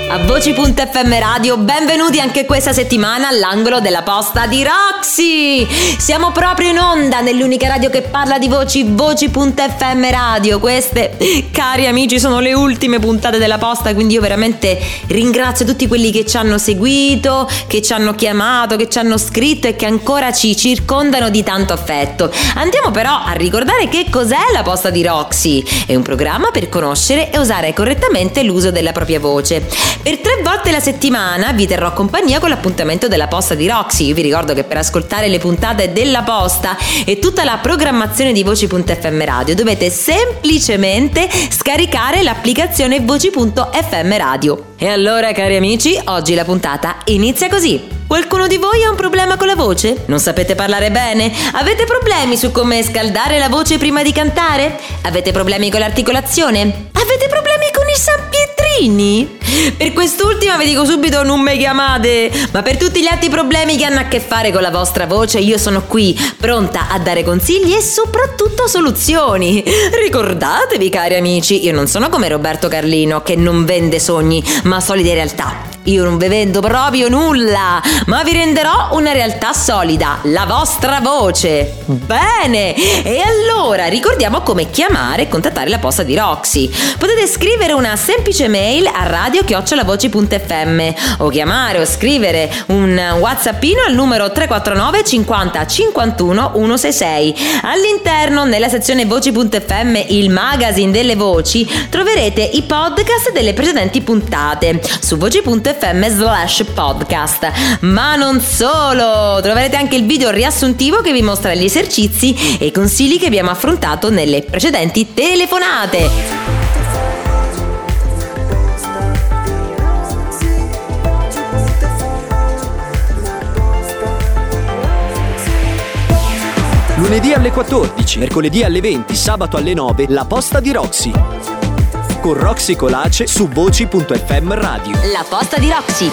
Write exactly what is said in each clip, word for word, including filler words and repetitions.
a Voci punto effe emme Radio, benvenuti anche questa settimana all'angolo della posta di Roxy. Siamo proprio in onda nell'unica radio che parla di voci, Voci punto effe emme Radio. Queste, cari amici, sono le ultime puntate della posta, quindi io veramente ringrazio tutti quelli che ci hanno seguito, che ci hanno chiamato, che ci hanno scritto e che ancora ci circondano di tanto affetto. Andiamo però a ricordare che cos'è la posta di Roxy. È un programma per conoscere e usare correttamente l'uso della propria voce. Per tre volte la settimana vi terrò compagnia con l'appuntamento della posta di Roxy. Io vi ricordo che per ascoltare le puntate della posta e tutta la programmazione di Voci punto effe emme Radio dovete semplicemente scaricare l'applicazione Voci punto effe emme Radio. E allora, cari amici, oggi la puntata inizia così. Qualcuno di voi ha un problema con la voce? Non sapete parlare bene? Avete problemi su come scaldare la voce prima di cantare? Avete problemi con l'articolazione? Avete problemi con i sanpietrini? Per quest'ultima vi dico subito: non mi chiamate, ma per tutti gli altri problemi che hanno a che fare con la vostra voce io sono qui, pronta a dare consigli e soprattutto soluzioni. Ricordatevi, cari amici, io non sono come Roberto Carlino che non vende sogni ma solide realtà. Io non vi vendo proprio nulla, ma vi renderò una realtà solida, la vostra voce. Bene, e allora ricordiamo come chiamare e contattare la posta di Roxy. Potete scrivere una semplice mail a radio chiocciola voci punto effe emme o chiamare o scrivere un whatsappino al numero tre quattro nove cinquanta cinquantuno centosessantasei. All'interno, nella sezione Voci punto effe emme, il magazine delle voci, troverete i podcast delle precedenti puntate su Voci punto effe emme slash podcast. Ma non solo, troverete anche il video riassuntivo che vi mostra gli esercizi e i consigli che abbiamo affrontato nelle precedenti telefonate. Lunedì alle quattordici, mercoledì alle venti, sabato alle nove, la posta di Roxy. Con Roxy Colace su Voci punto effe emme Radio. La posta di Roxy.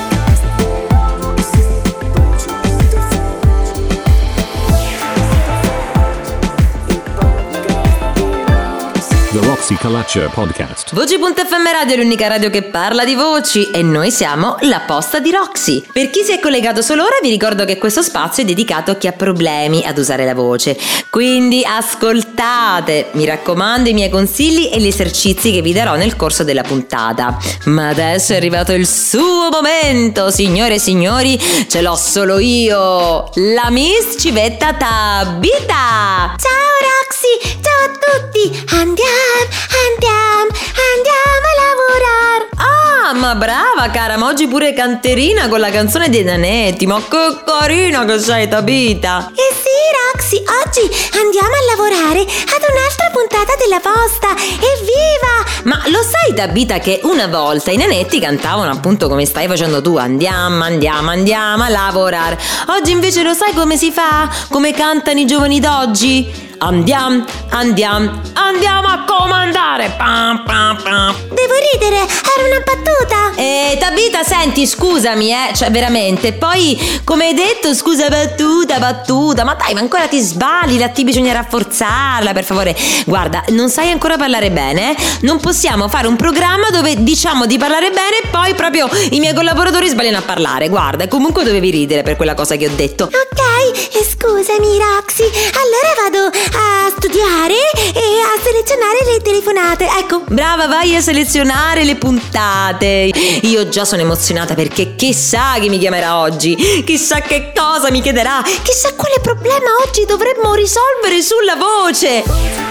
The Roxy Colace Podcast. Voci punto effe emme Radio è l'unica radio che parla di voci e noi siamo la posta di Roxy. Per chi si è collegato solo ora, vi ricordo che questo spazio è dedicato a chi ha problemi ad usare la voce. Quindi ascoltate, mi raccomando, i miei consigli e gli esercizi che vi darò nel corso della puntata. Ma adesso è arrivato il suo momento, signore e signori, ce l'ho solo io, la Miss Civetta Tabita. Ciao Roxy, ciao a tutti, andiamo, andiamo, andiamo a lavorare. Ah, ma brava cara, ma oggi pure canterina con la canzone dei Nanetti, ma che carina che sei Tabita. Eh sì Roxy, oggi andiamo a lavorare ad un'altra puntata della posta, evviva! Ma lo sai Tabita che una volta i Nanetti cantavano appunto come stai facendo tu, andiamo, andiamo, andiamo a lavorare. Oggi invece lo sai come si fa? Come cantano i giovani d'oggi? Andiamo, andiamo, andiamo a comandare. Pam, pam, pam. Devo ridere, era una battuta. Eh, Tabita, senti, scusami, eh, cioè veramente. Poi, come hai detto, scusa, battuta, battuta. Ma dai, ma ancora ti sbagli, la T bisogna rafforzarla, per favore. Guarda, non sai ancora parlare bene, eh? Non possiamo fare un programma dove diciamo di parlare bene e poi proprio i miei collaboratori sbagliano a parlare. Guarda, comunque dovevi ridere per quella cosa che ho detto. Ok, e scusami Roxy, allora vado a studiare e a selezionare le telefonate. Ecco, brava, vai a selezionare le puntate. Io già sono emozionata perché chissà chi mi chiamerà oggi, chissà che cosa mi chiederà, chissà quale problema oggi dovremmo risolvere sulla voce.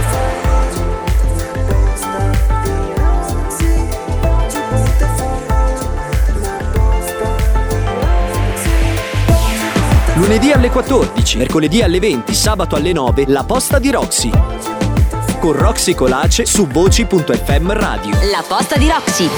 Lunedì alle quattordici, mercoledì alle venti, sabato alle nove, la posta di Roxy. Con Roxy Colace su Voci punto effe emme Radio. La posta di Roxy.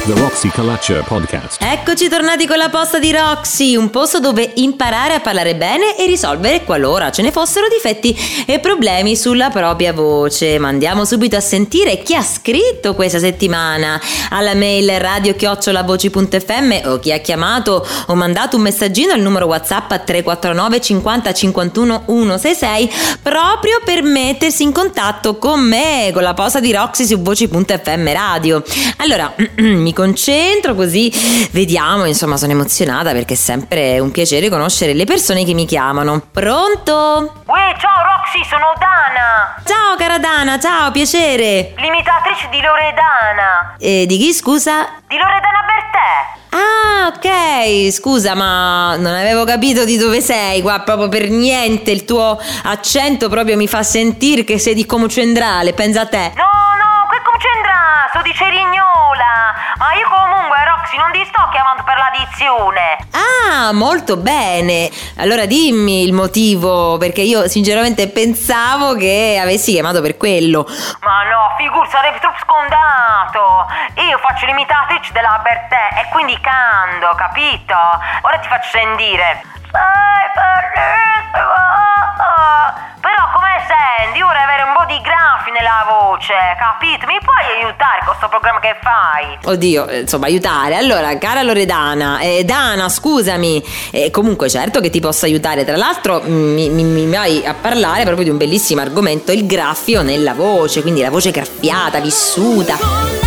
The Roxy Culture Podcast. Eccoci tornati con la posta di Roxy, un posto dove imparare a parlare bene e risolvere qualora ce ne fossero difetti e problemi sulla propria voce. Ma andiamo subito a sentire chi ha scritto questa settimana alla mail radio chiocciola voci punto effe emme o chi ha chiamato o mandato un messaggino al numero WhatsApp a tre quattro nove cinquanta cinquantuno centosessantasei proprio per mettersi in contatto con me, con la posta di Roxy su voci punto effe emme radio. Allora, mi concentro così vediamo, insomma sono emozionata perché è sempre un piacere conoscere le persone che mi chiamano. Pronto? Uè, ciao Roxy, sono Dana. Ciao cara Dana, ciao, piacere. L'imitatrice di Loredana. E di chi, scusa? Di Loredana Bertè. Ah, ok, scusa, ma non avevo capito di dove sei qua, proprio per niente, il tuo accento proprio mi fa sentire che sei di Comucendrale, pensa a te. No, no, che Comucendrale, sto di Cerignola. Ma io comunque, Roxy, non ti sto chiamando per la dizione. Ah, molto bene. Allora dimmi il motivo, perché io sinceramente pensavo che avessi chiamato per quello. Ma no, figurati, sarebbe troppo scontato. Io faccio l'imitatrice della Bertè e quindi canto, capito? Ora ti faccio sentire. Sei bellissima. Però come senti? Io vorrei avere un po' di graffi nella voce, capito? Mi puoi aiutare con questo programma che fai? Oddio, insomma, aiutare. Allora, cara Loredana, eh, Dana, scusami. Eh, comunque, certo che ti posso aiutare. Tra l'altro, mi, mi, mi vai a parlare proprio di un bellissimo argomento, il graffio nella voce, quindi la voce graffiata, vissuta.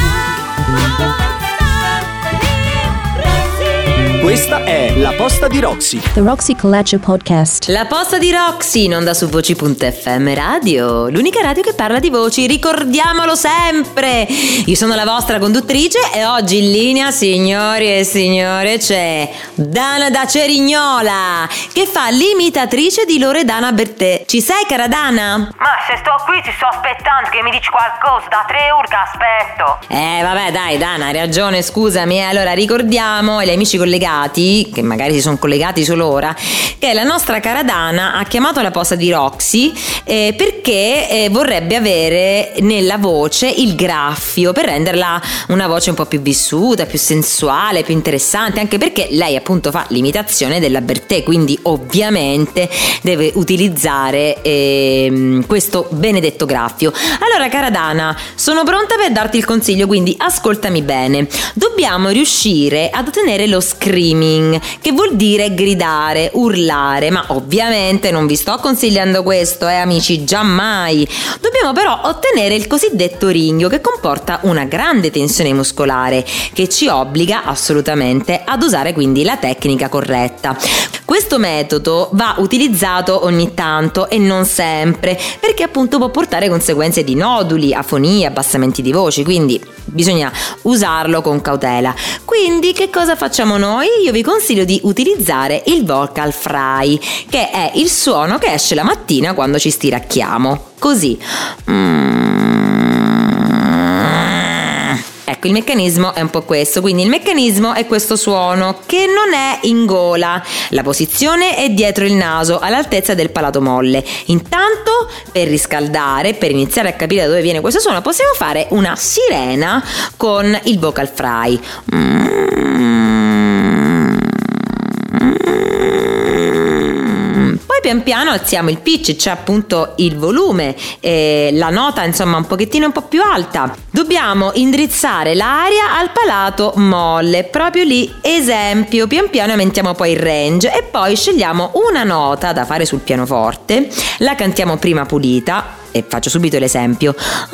Questa è la posta di Roxy. The Roxy Culture Podcast. La posta di Roxy in onda su voci punto effe emme radio, l'unica radio che parla di voci, ricordiamolo sempre. Io sono la vostra conduttrice e oggi in linea, signori e signore, c'è Dana da Cerignola che fa l'imitatrice di Loredana Bertè. Ci sei, cara Dana? Ma se sto qui ti sto aspettando che mi dici qualcosa, da tre ore che aspetto. Eh vabbè dai Dana, hai ragione, scusami. Allora ricordiamo agli amici collegati che magari si sono collegati solo ora che la nostra cara Dana ha chiamato la posta di Roxy eh, perché eh, vorrebbe avere nella voce il graffio per renderla una voce un po' più vissuta, più sensuale, più interessante, anche perché lei appunto fa l'imitazione della Bertè, quindi ovviamente deve utilizzare eh, questo benedetto graffio. Allora cara Dana, sono pronta per darti il consiglio, quindi ascoltami bene. Dobbiamo riuscire ad ottenere lo screaming, che vuol dire gridare, urlare, ma ovviamente non vi sto consigliando questo, eh amici, giammai. Dobbiamo però ottenere il cosiddetto ringhio, che comporta una grande tensione muscolare che ci obbliga assolutamente ad usare quindi la tecnica corretta. Questo metodo va utilizzato ogni tanto e non sempre, perché appunto può portare conseguenze di noduli, afonie, abbassamenti di voci, quindi bisogna usarlo con cautela. Quindi che cosa facciamo noi? Io vi consiglio di utilizzare il vocal fry, che è il suono che esce la mattina quando ci stiracchiamo. Così. Mm. Ecco, il meccanismo è un po' questo, quindi il meccanismo è questo suono che non è in gola, la posizione è dietro il naso all'altezza del palato molle. Intanto, per riscaldare, per iniziare a capire da dove viene questo suono, possiamo fare una sirena con il vocal fry. Poi pian piano alziamo il pitch, cioè appunto il volume, eh, la nota insomma un pochettino un po' più alta. Dobbiamo indirizzare l'aria al palato molle, proprio lì, esempio. Pian piano aumentiamo poi il range e poi scegliamo una nota da fare sul pianoforte, la cantiamo prima pulita e faccio subito l'esempio.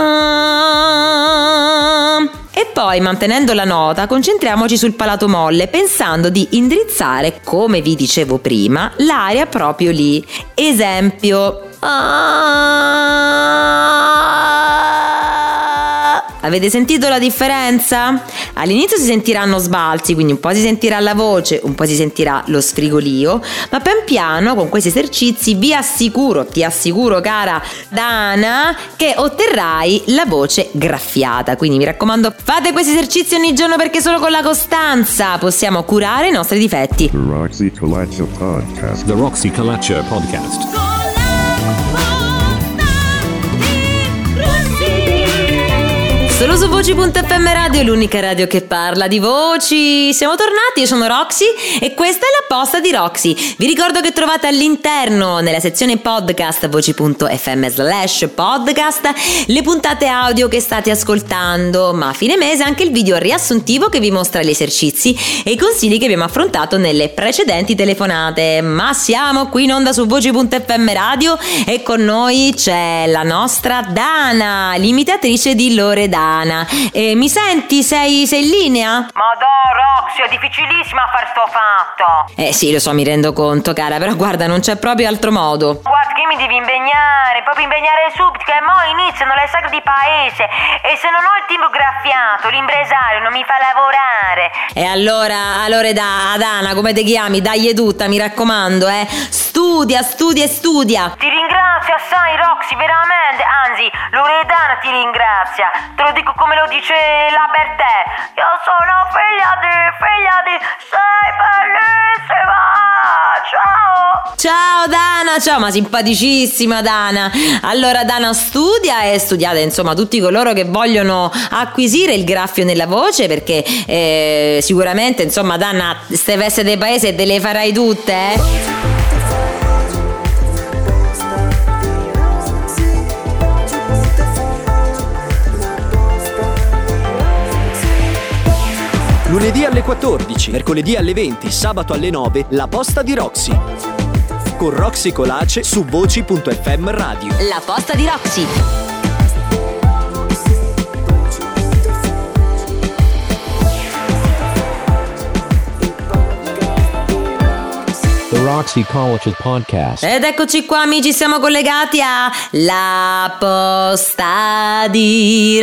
E poi, mantenendo la nota, concentriamoci sul palato molle, pensando di indirizzare, come vi dicevo prima, l'aria proprio lì. Esempio. Avete sentito la differenza? All'inizio si sentiranno sbalzi, quindi un po' si sentirà la voce, un po' si sentirà lo sfrigolio, ma pian piano con questi esercizi vi assicuro, ti assicuro cara Dana, che otterrai la voce graffiata. Quindi mi raccomando, fate questi esercizi ogni giorno, perché solo con la costanza possiamo curare i nostri difetti. The Roxy Culture Podcast. The Roxy Culture Podcast. Solo su voci punto effe emme Radio, l'unica radio che parla di voci. Siamo tornati, io sono Roxy e questa è la posta di Roxy. Vi ricordo che trovate all'interno, nella sezione podcast, voci punto effe emme slash podcast, le puntate audio che state ascoltando, ma a fine mese anche il video riassuntivo che vi mostra gli esercizi e i consigli che abbiamo affrontato nelle precedenti telefonate. Ma siamo qui in onda su voci punto effe emme Radio e con noi c'è la nostra Dana, l'imitatrice di Loredana. E mi senti? Sei, sei in linea? Madò, Roxy, è difficilissima fare sto fatto. Eh sì, lo so, mi rendo conto, cara, però guarda, non c'è proprio altro modo. Guarda che mi devi impegnare, proprio impegnare subito, che mo iniziano le sagre di paese e se non ho il timbro graffiato, l'impresario non mi fa lavorare. E allora, allora da, Dana, come ti chiami? Dai tutta, mi raccomando, eh. Studia, studia e studia. Ti ringrazio assai, Roxy, veramente. Anzi, Loredana ti ringrazia. Te lo dico come lo dice la Bertè. Io sono figlia di, figlia di, sei bellissima. Ciao. Ciao Dana, ciao, ma simpaticissima Dana. Allora Dana, studia e studiate insomma tutti coloro che vogliono acquisire il graffio nella voce, perché eh, sicuramente insomma Dana, ste feste del paese te le farai tutte, eh. Lunedì alle quattordici, mercoledì alle venti, sabato alle nove, la posta di Roxy. Con Roxy Colace su voci punto effe emme Radio. La posta di Roxy. The Roxy Colace Podcast. Ed eccoci qua amici, siamo collegati a La Posta di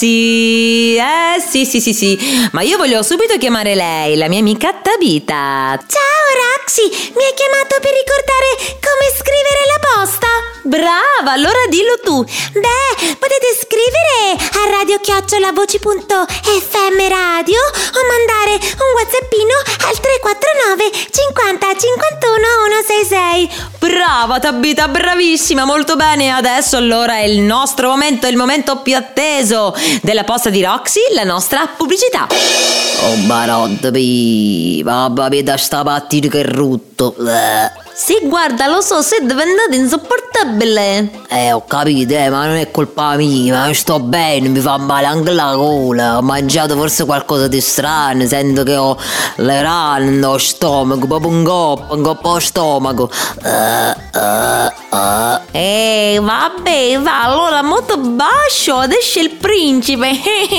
Roxy. Eh sì sì sì sì, ma io voglio subito chiamare lei, la mia amica Tabita. Ciao Roxy, mi hai chiamato per ricordare come scrivere la posta? Brava, allora dillo tu. Beh, potete scrivere a radio chiocciola voci punto effe emme Radio o mandare un whatsappino al tre quattro nove cinquanta cinquantuno centosessantasei. Brava Tabita, bravissima, molto bene. Adesso allora è il nostro momento, è il momento più atteso della posta di Roxy, la nostra pubblicità. Oh barod, vabbè, vedi sta partita che rutto. Sì, guarda, lo so, sei diventato insopportabile. Eh, ho capito, eh, ma non è colpa mia, ma sto bene, mi fa male anche la gola. Ho mangiato forse qualcosa di strano, sento che ho le rane nello stomaco, proprio un coppo, un coppo allo stomaco. Uh, uh, uh. Eh, vabbè, va, allora molto bacio, adesso è il principe.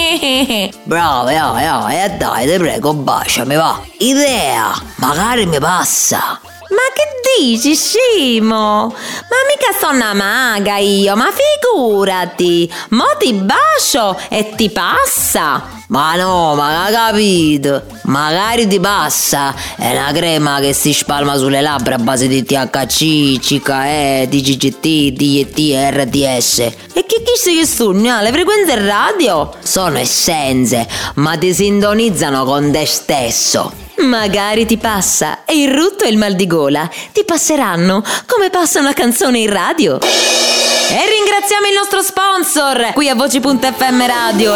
Bravo, eh, eh, eh, dai, ti prego, baciami, va. Idea, magari mi passa. Ma che dici, scemo? Ma mica sono una maga io, ma figurati. Mo ti bacio e ti passa. Ma no, ma hai capito? Magari ti passa. È una crema che si spalma sulle labbra a base di T H C, C K E, D G G T, D E T e R T S. E che chissà che sono? Le frequenze radio? Sono essenze, ma ti sintonizzano con te stesso. Magari ti passa e il rutto e il mal di gola ti passeranno come passa una canzone in radio. E ringraziamo il nostro sponsor qui a voci punto effe emme Radio.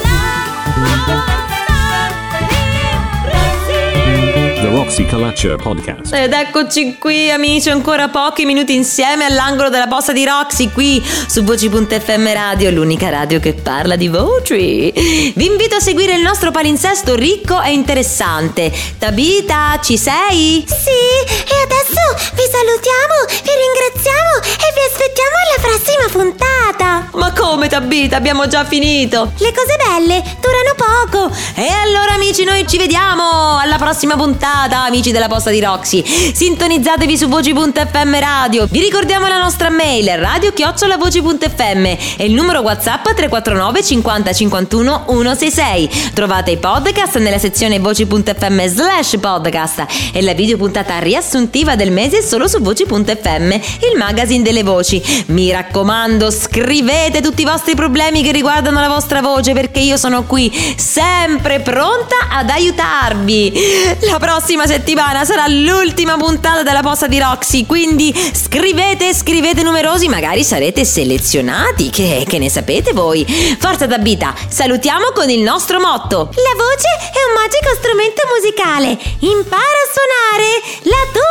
The Roxy Colace Podcast. Ed eccoci qui amici, ancora pochi minuti insieme all'angolo della posta di Roxy qui su voci punto effe emme Radio, l'unica radio che parla di voci. Vi invito a seguire il nostro palinsesto ricco e interessante. Tabita, ci sei? Sì, e adesso vi salutiamo, vi ringraziamo e vi aspettiamo alla prossima puntata. Ma come Tabita? Abbiamo già finito. Le cose belle durano poco. E allora amici, noi ci vediamo alla prossima puntata, amici della posta di Roxy. Sintonizzatevi su voci punto effe emme Radio. Vi ricordiamo la nostra mail radio chiocciola voci punto effe emme e il numero WhatsApp tre quattro nove cinquanta cinquantuno centosessantasei. Trovate i podcast nella sezione voci punto effe emme slash podcast e la video puntata riassuntiva del mese solo su voci punto effe emme, il magazine delle voci. Mi raccomando, scrivete tutti i vostri problemi che riguardano la vostra voce, perché io sono qui sempre pronta ad aiutarvi. La prossima prossima settimana sarà l'ultima puntata della posta di Roxy, quindi scrivete, scrivete numerosi, magari sarete selezionati, che, che ne sapete voi? Forza Tabita, salutiamo con il nostro motto: la voce è un magico strumento musicale, impara a suonare la tua